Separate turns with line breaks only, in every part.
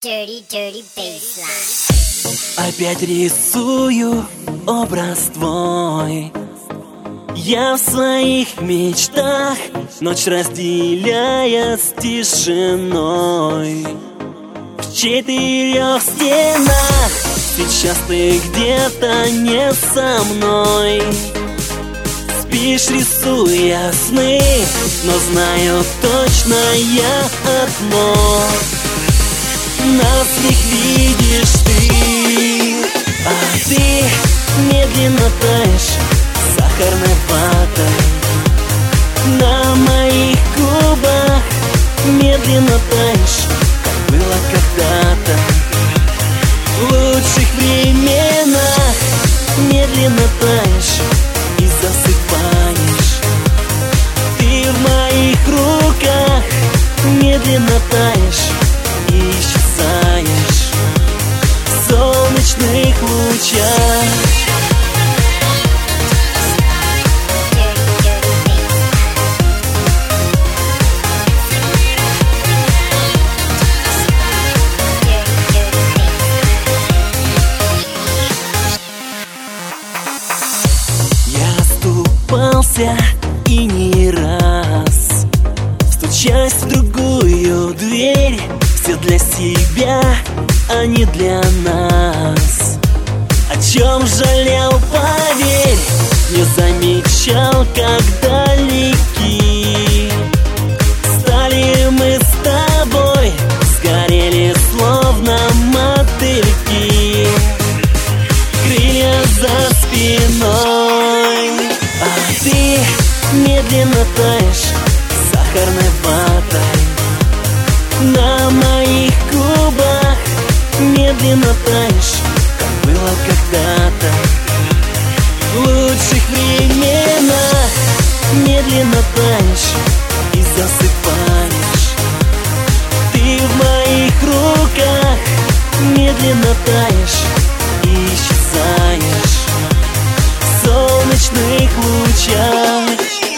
Dirty, dirty bassline.
Опять рисую образ твой. Я в своих мечтах, ночь разделяя с тишиной. В 4 стенах сейчас ты где-то не со мной. Спишь, рисуя сны, но знаю точно я одно: нас их видишь ты, а ты медленно таешь сахарной ватой. На моих губах медленно таешь, как было когда-то. В лучших временах медленно таешь и засыпаешь. Ты в моих руках медленно таешь и исчезаешь в солнечных лучах. И не раз, стучась в другую дверь, все для себя, а не для нас. О чем жалел, поверь, не замечал, как далеки стали мы с тобой, сгорели словно мотыльки. Крылья за спиной, а ты медленно таешь сахарной ватой. На моих губах медленно таешь, как было когда-то. В лучших временах медленно таешь и засыпаешь. Ты в моих руках медленно таешь и исчезаешь в солнечных лучах.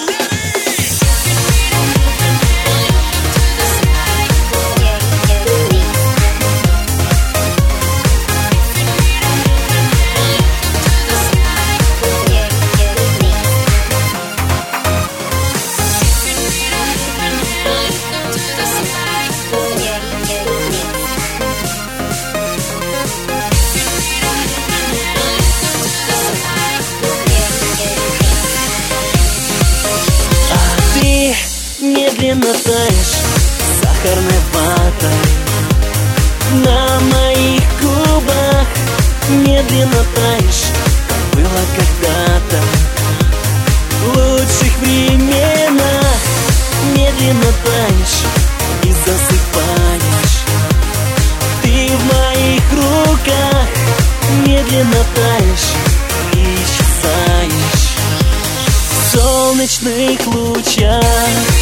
Медленно таешь сахарной ватой. На моих губах медленно таешь, как было когда-то. В лучших временах медленно таешь и засыпаешь. Ты в моих руках медленно таешь и исчезаешь в солнечных лучах.